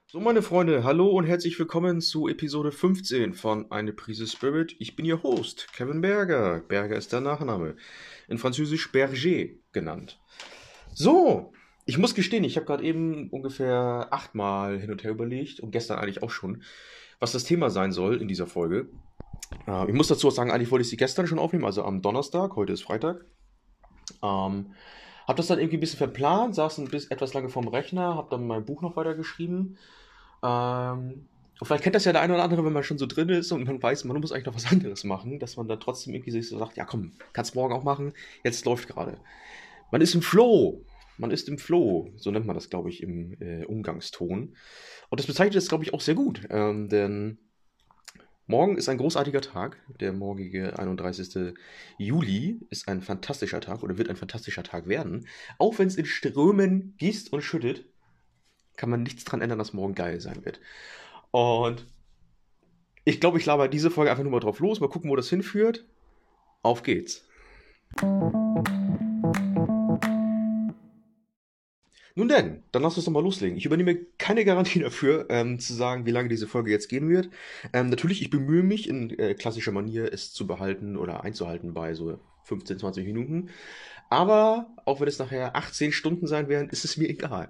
So, meine Freunde, hallo und herzlich willkommen zu Episode 15 von Eine Prise Spirit. Ich bin Ihr Host, Kevin Berger. Berger ist der Nachname. In Französisch Berger genannt. So, ich muss gestehen, ich habe gerade eben ungefähr 8-mal hin und her überlegt und gestern eigentlich auch schon, was das Thema sein soll in dieser Folge. Ich muss dazu auch sagen, eigentlich wollte ich sie gestern schon aufnehmen, also am Donnerstag, heute ist Freitag. Habe das dann irgendwie ein bisschen verplant, saß etwas lange vorm Rechner, habe dann mein Buch noch weitergeschrieben. Und vielleicht kennt das ja der eine oder andere, wenn man schon so drin ist und man weiß, man muss eigentlich noch was anderes machen, dass man dann trotzdem irgendwie sich so sagt, ja komm, kannst morgen auch machen, jetzt läuft gerade. Man ist im Flow. Man ist im Flow, so nennt man das, glaube ich, im Umgangston. Und das bezeichnet es, glaube ich, auch sehr gut, denn morgen ist ein großartiger Tag. Der morgige 31. Juli ist ein fantastischer Tag oder wird ein fantastischer Tag werden. Auch wenn es in Strömen gießt und schüttet, kann man nichts dran ändern, dass morgen geil sein wird. Und ich glaube, ich laber diese Folge einfach nur mal drauf los. Mal gucken, wo das hinführt. Auf geht's. Nun denn, dann lass uns doch mal loslegen. Ich übernehme keine Garantie dafür, zu sagen, wie lange diese Folge jetzt gehen wird. Natürlich, ich bemühe mich in klassischer Manier, es zu behalten oder einzuhalten bei so 15, 20 Minuten. Aber auch wenn es nachher 18 Stunden sein werden, ist es mir egal.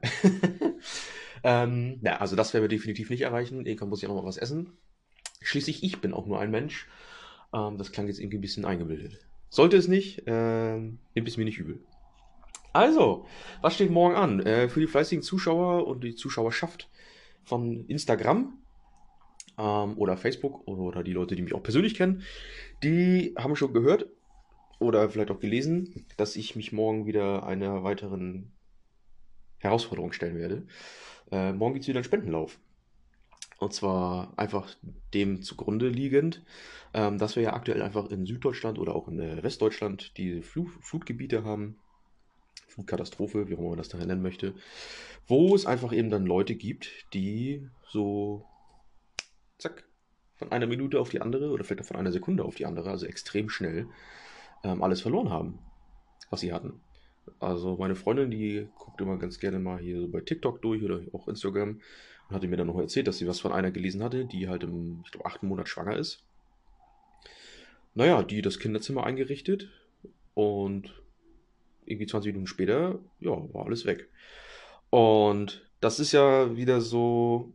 Ja, also das werden wir definitiv nicht erreichen. Irgendwann muss ich auch noch mal was essen. Schließlich, ich bin auch nur ein Mensch. Das klang jetzt irgendwie ein bisschen eingebildet. Sollte es nicht, nehmt es mir nicht übel. Also, was steht morgen an? Für die fleißigen Zuschauer und die Zuschauerschaft von Instagram oder Facebook oder die Leute, die mich auch persönlich kennen, die haben schon gehört oder vielleicht auch gelesen, dass ich mich morgen wieder einer weiteren Herausforderung stellen werde. Morgen gibt es wieder einen Spendenlauf. Und zwar einfach dem zugrunde liegend, dass wir ja aktuell einfach in Süddeutschland oder auch in Westdeutschland die Flutgebiete haben, Flutkatastrophe, wie auch immer man das daher nennen möchte, wo es einfach eben dann Leute gibt, die so, zack, von einer Minute auf die andere oder vielleicht auch von einer Sekunde auf die andere, also extrem schnell, alles verloren haben, was sie hatten. Also meine Freundin, die guckt immer ganz gerne mal hier so bei TikTok durch oder auch Instagram und hatte mir dann noch erzählt, dass sie was von einer gelesen hatte, die halt im, ich glaube, 8. Monat schwanger ist. Naja, die das Kinderzimmer eingerichtet und irgendwie 20 Minuten später, ja, war alles weg. Und das ist ja wieder so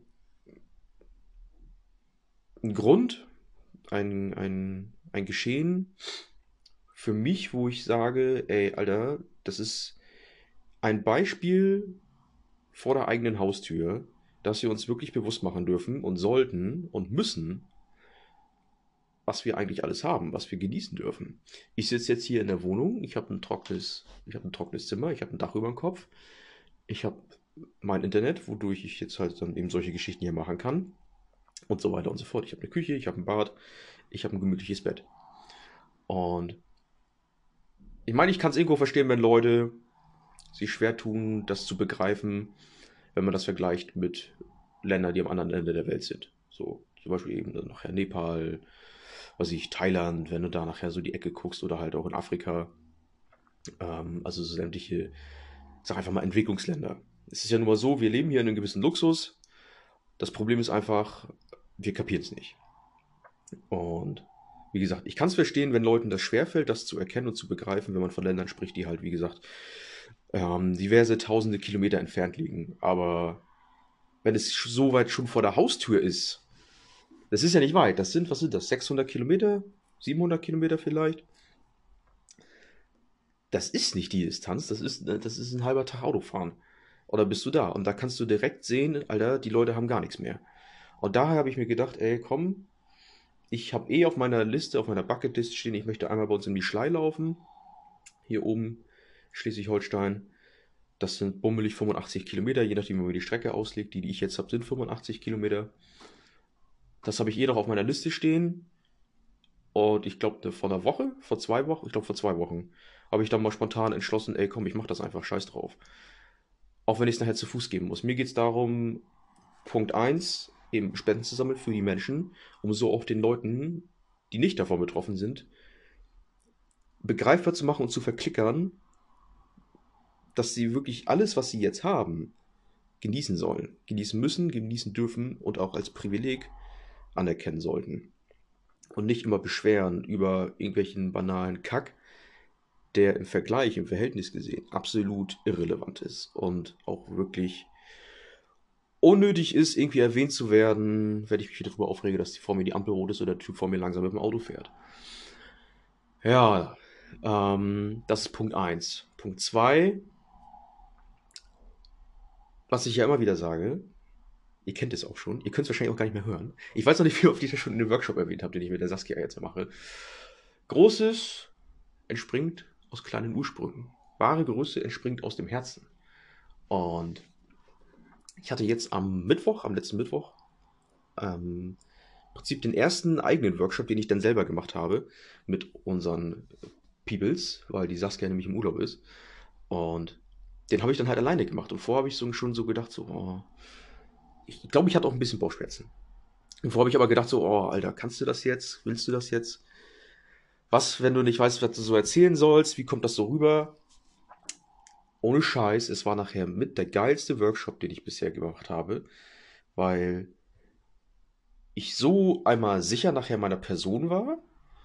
ein Grund, ein Geschehen für mich, wo ich sage, ey, Alter, das ist ein Beispiel vor der eigenen Haustür, dass wir uns wirklich bewusst machen dürfen und sollten und müssen, was wir eigentlich alles haben, was wir genießen dürfen. Ich sitze jetzt hier in der Wohnung, ich habe ein trockenes Zimmer, ich habe ein Dach über dem Kopf, ich habe mein Internet, wodurch ich jetzt halt dann eben solche Geschichten hier machen kann und so weiter und so fort. Ich habe eine Küche, ich habe ein Bad, ich habe ein gemütliches Bett. Und ich meine, ich kann es irgendwo verstehen, wenn Leute sich schwer tun, das zu begreifen, wenn man das vergleicht mit Ländern, die am anderen Ende der Welt sind. So, zum Beispiel eben dann nachher Nepal, was weiß ich, Thailand, wenn du da nachher so die Ecke guckst oder halt auch in Afrika. Also so sämtliche, sag einfach mal Entwicklungsländer. Es ist ja nun mal so, wir leben hier in einem gewissen Luxus. Das Problem ist einfach, wir kapieren es nicht. Und wie gesagt, ich kann es verstehen, wenn Leuten das schwerfällt, das zu erkennen und zu begreifen, wenn man von Ländern spricht, die halt, wie gesagt, diverse tausende Kilometer entfernt liegen. Aber wenn es so weit schon vor der Haustür ist, das ist ja nicht weit. Das sind, was sind das? 600 Kilometer? 700 Kilometer vielleicht? Das ist nicht die Distanz. Das ist ein halber Tag Autofahren. Oder bist du da? Und da kannst du direkt sehen, Alter, die Leute haben gar nichts mehr. Und daher habe ich mir gedacht, ey, komm, ich habe eh auf meiner Liste, auf meiner Bucketlist stehen, ich möchte einmal bei uns in die Schlei laufen. Hier oben, Schleswig-Holstein. Das sind bummelig 85 Kilometer, je nachdem, wie man die Strecke auslegt. Die ich jetzt habe, sind 85 Kilometer. Das habe ich eh noch auf meiner Liste stehen. Und ich glaube, vor einer Woche, vor 2 Wochen, ich glaube, vor 2 Wochen, habe ich dann mal spontan entschlossen, ey, komm, ich mache das einfach, scheiß drauf. Auch wenn ich es nachher zu Fuß geben muss. Mir geht es darum, Punkt eins eben Spenden zu sammeln für die Menschen, um so auch den Leuten, die nicht davon betroffen sind, begreifbar zu machen und zu verklickern, dass sie wirklich alles, was sie jetzt haben, genießen sollen, genießen müssen, genießen dürfen und auch als Privileg anerkennen sollten. Und nicht immer beschweren über irgendwelchen banalen Kack, der im Vergleich, im Verhältnis gesehen, absolut irrelevant ist und auch wirklich unnötig ist, irgendwie erwähnt zu werden, wenn ich mich darüber aufrege, dass vor mir die Ampel rot ist oder der Typ vor mir langsam mit dem Auto fährt. Ja, das ist Punkt eins. Punkt 2, was ich ja immer wieder sage, ihr kennt es auch schon, ihr könnt es wahrscheinlich auch gar nicht mehr hören. Ich weiß noch nicht, wie oft ich das schon in dem Workshop erwähnt habe, den ich mit der Saskia jetzt mache. Großes entspringt aus kleinen Ursprüngen. Wahre Größe entspringt aus dem Herzen. Und ich hatte jetzt am letzten Mittwoch, im Prinzip den ersten eigenen Workshop, den ich dann selber gemacht habe mit unseren Peoples, weil die Saskia nämlich im Urlaub ist. Und den habe ich dann halt alleine gemacht. Und vorher habe ich so, schon so gedacht, so, oh, ich glaube, ich hatte auch ein bisschen Bauchschmerzen. Und vorher habe ich aber gedacht, so, oh, Alter, kannst du das jetzt? Willst du das jetzt? Was, wenn du nicht weißt, was du so erzählen sollst? Wie kommt das so rüber? Ohne Scheiß, es war nachher mit der geilste Workshop, den ich bisher gemacht habe, weil ich so einmal sicher nachher meiner Person war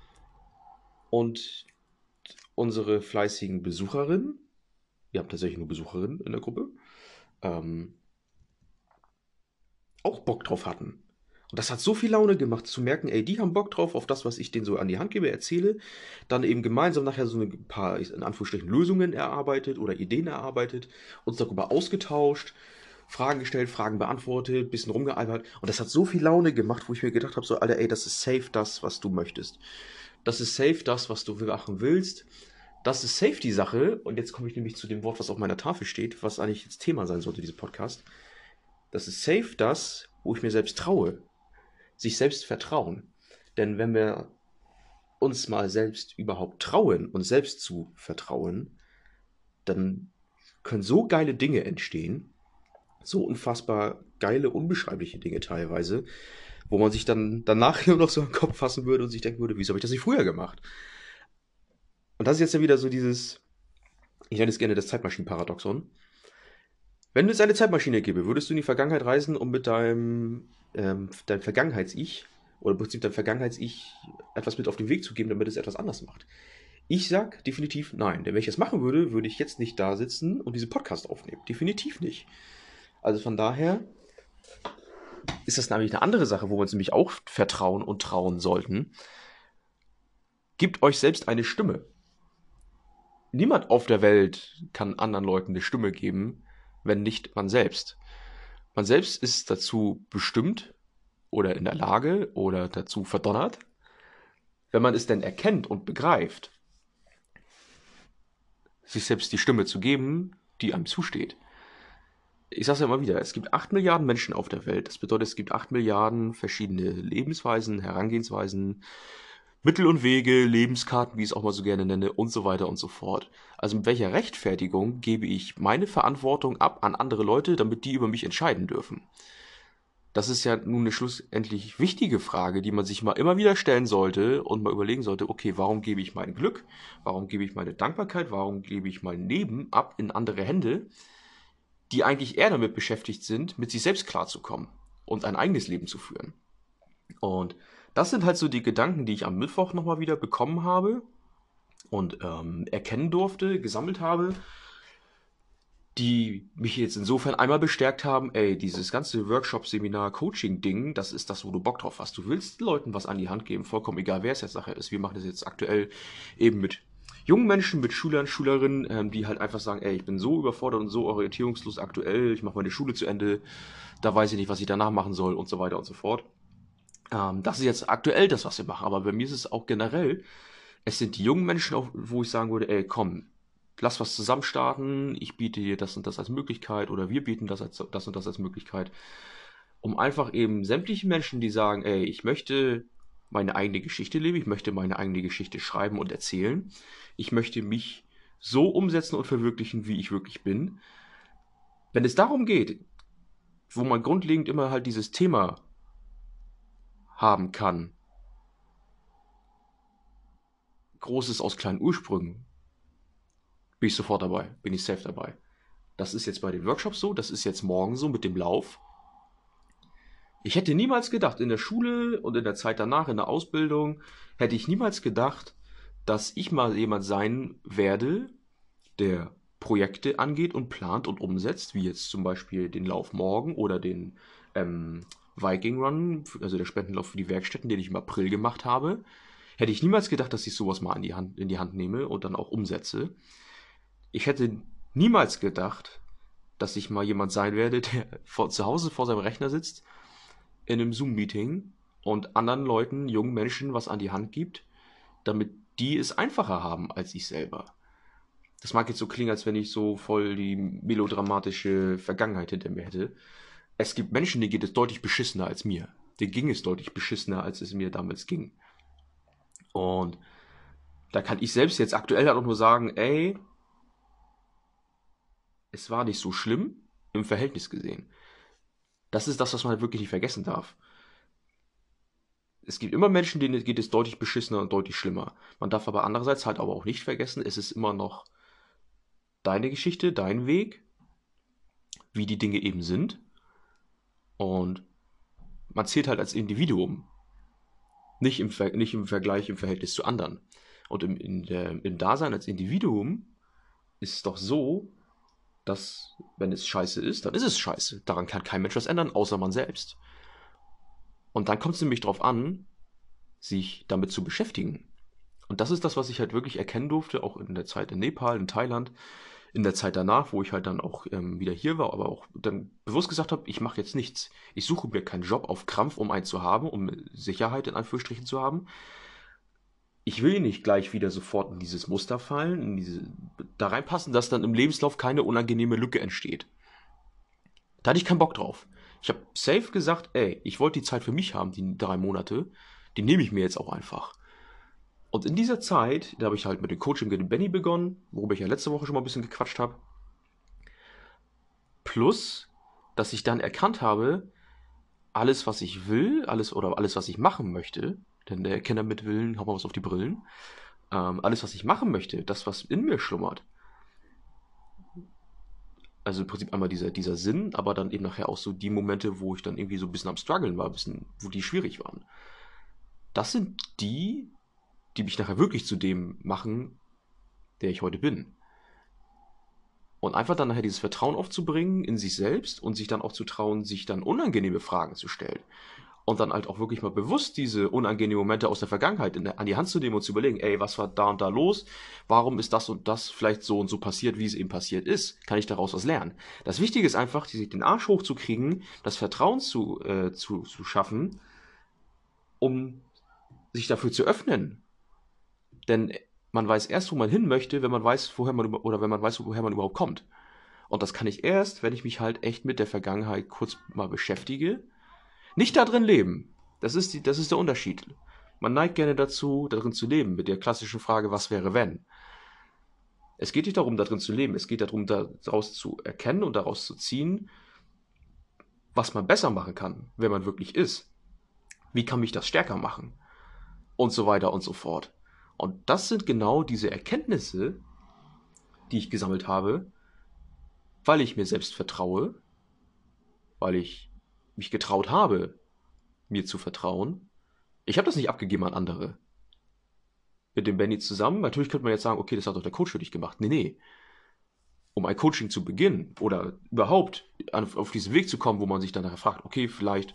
und unsere fleißigen Besucherinnen, wir haben tatsächlich nur Besucherinnen in der Gruppe, ähm, auch Bock drauf hatten. Und das hat so viel Laune gemacht, zu merken, ey, die haben Bock drauf auf das, was ich denen so an die Hand gebe, erzähle, dann eben gemeinsam nachher so ein paar, in Anführungsstrichen, Lösungen erarbeitet oder Ideen erarbeitet, uns darüber ausgetauscht, Fragen gestellt, Fragen beantwortet, bisschen rumgealbert. Und das hat so viel Laune gemacht, wo ich mir gedacht habe, so, Alter, ey, das ist safe das, was du möchtest. Das ist safe das, was du machen willst. Das ist safe die Sache. Und jetzt komme ich nämlich zu dem Wort, was auf meiner Tafel steht, was eigentlich jetzt Thema sein sollte, dieser Podcast. Das ist safe das, wo ich mir selbst traue. Sich selbst vertrauen. Denn wenn wir uns mal selbst überhaupt trauen, uns selbst zu vertrauen, dann können so geile Dinge entstehen, so unfassbar geile, unbeschreibliche Dinge teilweise, wo man sich dann danach nur noch so im Kopf fassen würde und sich denken würde, wieso habe ich das nicht früher gemacht? Und das ist jetzt ja wieder so dieses, ich nenne es gerne das Zeitmaschinenparadoxon. Wenn es eine Zeitmaschine gäbe, würdest du in die Vergangenheit reisen, um mit deinem Vergangenheits-Ich oder im Prinzip deinem Vergangenheits-Ich etwas mit auf den Weg zu geben, damit es etwas anders macht? Ich sag definitiv nein. Denn wenn ich es machen würde, würde ich jetzt nicht da sitzen und diesen Podcast aufnehmen. Definitiv nicht. Also von daher ist das nämlich eine andere Sache, wo wir uns nämlich auch vertrauen und trauen sollten. Gebt euch selbst eine Stimme. Niemand auf der Welt kann anderen Leuten eine Stimme geben, wenn nicht man selbst. Man selbst ist dazu bestimmt oder in der Lage oder dazu verdonnert, wenn man es denn erkennt und begreift, sich selbst die Stimme zu geben, die einem zusteht. Ich sage es ja immer wieder, es gibt 8 Milliarden Menschen auf der Welt. Das bedeutet, es gibt 8 Milliarden verschiedene Lebensweisen, Herangehensweisen, Mittel und Wege, Lebenskarten, wie ich es auch mal so gerne nenne, und so weiter und so fort. Also mit welcher Rechtfertigung gebe ich meine Verantwortung ab an andere Leute, damit die über mich entscheiden dürfen? Das ist ja nun eine schlussendlich wichtige Frage, die man sich mal immer wieder stellen sollte und mal überlegen sollte, okay, warum gebe ich mein Glück, warum gebe ich meine Dankbarkeit, warum gebe ich mein Leben ab in andere Hände, die eigentlich eher damit beschäftigt sind, mit sich selbst klarzukommen und ein eigenes Leben zu führen. Und das sind halt so die Gedanken, die ich am Mittwoch nochmal wieder bekommen habe und erkennen durfte, gesammelt habe, die mich jetzt insofern einmal bestärkt haben, ey, dieses ganze Workshop, Seminar, Coaching-Ding, das ist das, wo du Bock drauf hast. Du willst Leuten was an die Hand geben, vollkommen egal, wer es jetzt nachher ist. Wir machen das jetzt aktuell eben mit jungen Menschen, mit Schülern, Schülerinnen, die halt einfach sagen, ey, ich bin so überfordert und so orientierungslos aktuell, ich mache meine Schule zu Ende, da weiß ich nicht, was ich danach machen soll und so weiter und so fort. Das ist jetzt aktuell das, was wir machen, aber bei mir ist es auch generell, es sind die jungen Menschen, wo ich sagen würde, ey, komm, lass was zusammen starten, ich biete dir das und das als Möglichkeit oder wir bieten das und das als Möglichkeit, um einfach eben sämtliche Menschen, die sagen, ey, ich möchte meine eigene Geschichte leben, ich möchte meine eigene Geschichte schreiben und erzählen, ich möchte mich so umsetzen und verwirklichen, wie ich wirklich bin. Wenn es darum geht, wo man grundlegend immer halt dieses Thema haben kann, Großes aus kleinen Ursprüngen, bin ich sofort dabei, bin ich safe dabei. Das ist jetzt bei den Workshops so, das ist jetzt morgen so mit dem Lauf. Ich hätte niemals gedacht, in der Schule und in der Zeit danach, in der Ausbildung, hätte ich niemals gedacht, dass ich mal jemand sein werde, der Projekte angeht und plant und umsetzt, wie jetzt zum Beispiel den Lauf morgen oder den Viking Run, also der Spendenlauf für die Werkstätten, den ich im April gemacht habe. Hätte ich niemals gedacht, dass ich sowas mal in die Hand nehme und dann auch umsetze. Ich hätte niemals gedacht, dass ich mal jemand sein werde, der zu Hause vor seinem Rechner sitzt, in einem Zoom-Meeting und anderen Leuten, jungen Menschen, was an die Hand gibt, damit die es einfacher haben als ich selber. Das mag jetzt so klingen, als wenn ich so voll die melodramatische Vergangenheit hinter mir hätte. Es gibt Menschen, denen geht es deutlich beschissener als mir. Denen ging es deutlich beschissener, als es mir damals ging. Und da kann ich selbst jetzt aktuell halt auch nur sagen, ey, es war nicht so schlimm im Verhältnis gesehen. Das ist das, was man halt wirklich nicht vergessen darf. Es gibt immer Menschen, denen geht es deutlich beschissener und deutlich schlimmer. Man darf aber andererseits halt aber auch nicht vergessen, es ist immer noch deine Geschichte, dein Weg, wie die Dinge eben sind. Und man zählt halt als Individuum, nicht im Vergleich, im Verhältnis zu anderen. Und im Dasein als Individuum ist es doch so, dass, wenn es scheiße ist, dann ist es scheiße. Daran kann kein Mensch was ändern, außer man selbst. Und dann kommt es nämlich darauf an, sich damit zu beschäftigen. Und das ist das, was ich halt wirklich erkennen durfte, auch in der Zeit in Nepal, in Thailand, in der Zeit danach, wo ich halt dann auch wieder hier war, aber auch dann bewusst gesagt habe, ich mache jetzt nichts. Ich suche mir keinen Job auf Krampf, um einen zu haben, um Sicherheit in Anführungsstrichen zu haben. Ich will nicht gleich wieder sofort in dieses Muster fallen, da reinpassen, dass dann im Lebenslauf keine unangenehme Lücke entsteht. Da hatte ich keinen Bock drauf. Ich habe safe gesagt, ey, ich wollte die Zeit für mich haben, die 3 Monate, die nehme ich mir jetzt auch einfach. Und in dieser Zeit, da habe ich halt mit dem Coaching mit dem Benny begonnen, worüber ich ja letzte Woche schon mal ein bisschen gequatscht habe. Plus, dass ich dann erkannt habe, alles, was ich will, alles, was ich machen möchte, denn der Kenner mit Willen, hau mal was auf die Brillen, alles, was ich machen möchte, das, was in mir schlummert, also im Prinzip einmal dieser Sinn, aber dann eben nachher auch so die Momente, wo ich dann irgendwie so ein bisschen am Struggeln war, wo die schwierig waren. Das sind die mich nachher wirklich zu dem machen, der ich heute bin. Und einfach dann nachher dieses Vertrauen aufzubringen in sich selbst und sich dann auch zu trauen, sich dann unangenehme Fragen zu stellen. Und dann halt auch wirklich mal bewusst diese unangenehmen Momente aus der Vergangenheit an die Hand zu nehmen und zu überlegen, ey, was war da und da los? Warum ist das und das vielleicht so und so passiert, wie es eben passiert ist? Kann ich daraus was lernen? Das Wichtige ist einfach, sich den Arsch hochzukriegen, das Vertrauen zu schaffen, um sich dafür zu öffnen. Denn man weiß erst, wo man hin möchte, wenn man weiß, wenn man weiß, woher man überhaupt kommt. Und das kann ich erst, wenn ich mich halt echt mit der Vergangenheit kurz mal beschäftige. Nicht da drin leben. Das ist der Unterschied. Man neigt gerne dazu, darin zu leben, mit der klassischen Frage, was wäre wenn? Es geht nicht darum, darin zu leben. Es geht darum, daraus zu erkennen und daraus zu ziehen, was man besser machen kann, wer man wirklich ist. Wie kann mich das stärker machen? Und so weiter und so fort. Und das sind genau diese Erkenntnisse, die ich gesammelt habe, weil ich mir selbst vertraue, weil ich mich getraut habe, mir zu vertrauen. Ich habe das nicht abgegeben an andere. Mit dem Benny zusammen, natürlich könnte man jetzt sagen, okay, das hat doch der Coach für dich gemacht. Nee, nee. Um ein Coaching zu beginnen oder überhaupt auf diesen Weg zu kommen, wo man sich dann nachher fragt, okay, vielleicht,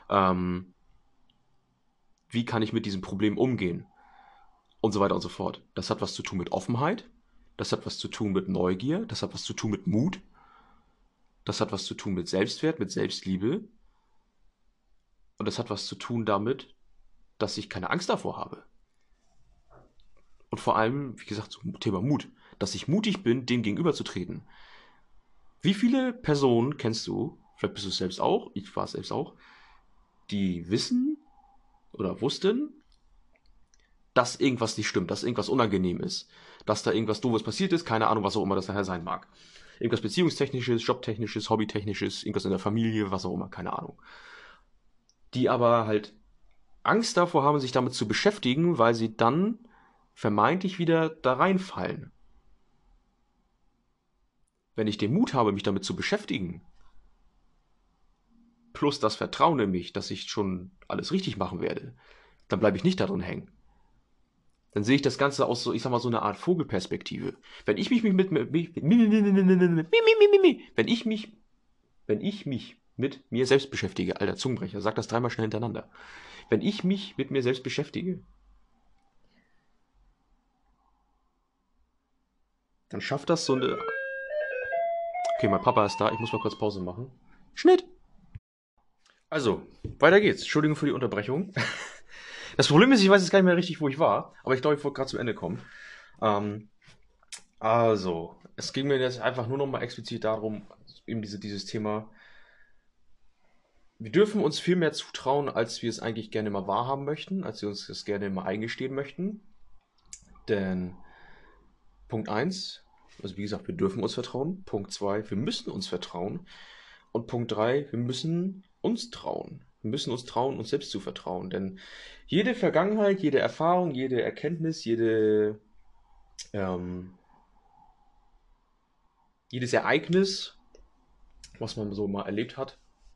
wie kann ich mit diesem Problem umgehen? Und so weiter und so fort. Das hat was zu tun mit Offenheit, das hat was zu tun mit Neugier, das hat was zu tun mit Mut, das hat was zu tun mit Selbstwert, mit Selbstliebe und das hat was zu tun damit, dass ich keine Angst davor habe. Und vor allem, wie gesagt, zum Thema Mut, dass ich mutig bin, dem gegenüberzutreten. Wie viele Personen kennst du, vielleicht bist du es selbst auch, ich war es selbst auch, die wissen oder wussten, dass irgendwas nicht stimmt, dass irgendwas unangenehm ist, dass da irgendwas Doofes passiert ist, keine Ahnung, was auch immer das nachher sein mag. Irgendwas Beziehungstechnisches, Jobtechnisches, Hobbytechnisches, irgendwas in der Familie, was auch immer, keine Ahnung. Die aber halt Angst davor haben, sich damit zu beschäftigen, weil sie dann vermeintlich wieder da reinfallen. wenn ich den Mut habe, mich damit zu beschäftigen, plus das Vertrauen in mich, dass ich schon alles richtig machen werde, dann bleibe ich nicht darin hängen. Dann sehe ich das Ganze aus so, ich sag mal, so einer Art Vogelperspektive. Wenn ich mich wenn ich mich mit mir selbst beschäftige, alter Zungenbrecher, sag das dreimal schnell hintereinander. Wenn ich mich mit mir selbst beschäftige, dann schafft das so eine. Okay, mein Papa ist da, ich muss mal kurz Pause machen. Schnitt! Also, weiter geht's. Entschuldigung für die Unterbrechung. Das Problem ist, ich weiß jetzt gar nicht mehr richtig, wo ich war, aber ich glaube, ich wollte gerade zum Ende kommen. Ähm, also, es ging mir jetzt einfach nur noch mal explizit darum, eben dieses Thema. Wir dürfen uns viel mehr zutrauen, als wir es eigentlich gerne mal wahrhaben möchten, als wir uns das gerne mal eingestehen möchten. Denn Punkt eins, also wie gesagt, wir dürfen uns vertrauen. Punkt 2, wir müssen uns vertrauen. Und Punkt 3, wir müssen uns trauen. Wir müssen uns trauen, uns selbst zu vertrauen. Denn jede Vergangenheit, jede Erfahrung, jede Erkenntnis, jedes Ereignis, was man so mal erlebt hat,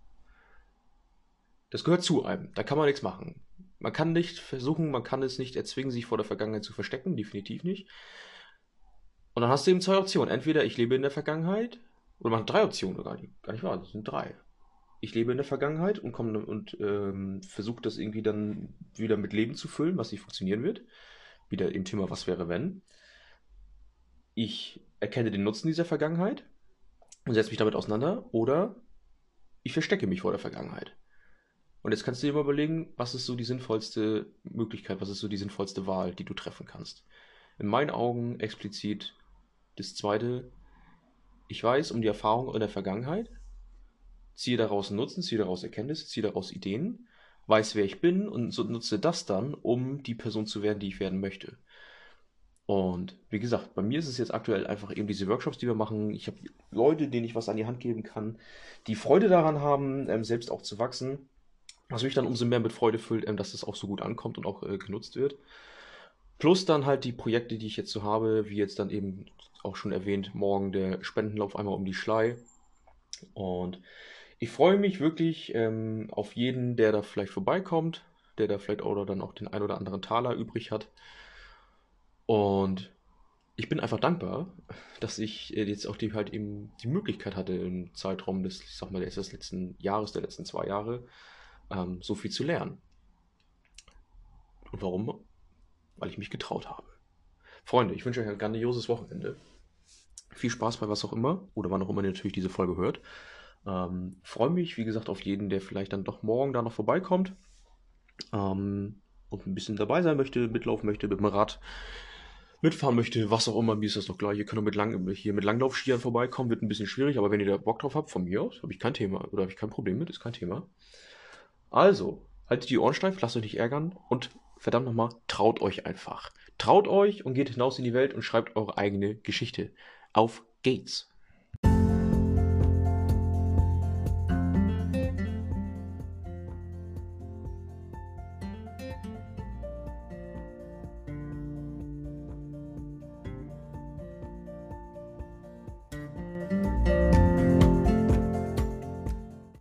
das gehört zu einem. Da kann man nichts machen. Man kann nicht versuchen, man kann es nicht erzwingen, sich vor der Vergangenheit zu verstecken. Definitiv nicht. Und dann hast du eben zwei Optionen. Entweder ich lebe in der Vergangenheit, oder man hat drei Optionen, gar nicht wahr, das sind drei. Ich lebe in der Vergangenheit und komme und versuche das irgendwie dann wieder mit Leben zu füllen, was nicht funktionieren wird. Wieder im Thema, was wäre wenn. Ich erkenne den Nutzen dieser Vergangenheit und setze mich damit auseinander, oder ich verstecke mich vor der Vergangenheit. Und jetzt kannst du dir mal überlegen, was ist so die sinnvollste Möglichkeit, was ist so die sinnvollste Wahl, die du treffen kannst. In meinen Augen explizit das zweite, ich weiß um die Erfahrung in der Vergangenheit, ziehe daraus Nutzen, ziehe daraus Erkenntnisse, ziehe daraus Ideen, weiß, wer ich bin und so nutze das dann, um die Person zu werden, die ich werden möchte. Und wie gesagt, bei mir ist es jetzt aktuell einfach eben diese Workshops, die wir machen. Ich habe Leute, denen ich was an die Hand geben kann, die Freude daran haben, selbst auch zu wachsen. Was mich dann umso mehr mit Freude füllt, dass das auch so gut ankommt und auch genutzt wird. Plus dann halt die Projekte, die ich jetzt so habe, wie jetzt dann eben auch schon erwähnt, morgen der Spendenlauf einmal um die Schlei. Und ich freue mich wirklich auf jeden, der da vielleicht vorbeikommt, der da vielleicht oder dann auch den ein oder anderen Taler übrig hat. Und ich bin einfach dankbar, dass ich jetzt auch halt eben die Möglichkeit hatte, im Zeitraum des, ich sag mal, des letzten Jahres, der letzten 2 Jahre, so viel zu lernen. Und warum? Weil ich mich getraut habe. Freunde, ich wünsche euch ein grandioses Wochenende. Viel Spaß bei was auch immer oder wann auch immer ihr natürlich diese Folge hört. Freue mich, wie gesagt, auf jeden, der vielleicht dann doch morgen da noch vorbeikommt und ein bisschen dabei sein möchte, mitlaufen möchte, mit dem Rad mitfahren möchte, was auch immer. Mir ist das doch gleich. Ihr könnt hier mit Langlaufskiern vorbeikommen, wird ein bisschen schwierig, aber wenn ihr da Bock drauf habt, von mir aus, habe ich kein Thema oder habe ich kein Problem mit, ist kein Thema. Also, haltet die Ohren steif, lasst euch nicht ärgern und verdammt nochmal, traut euch einfach. Traut euch und geht hinaus in die Welt und schreibt eure eigene Geschichte. Auf geht's!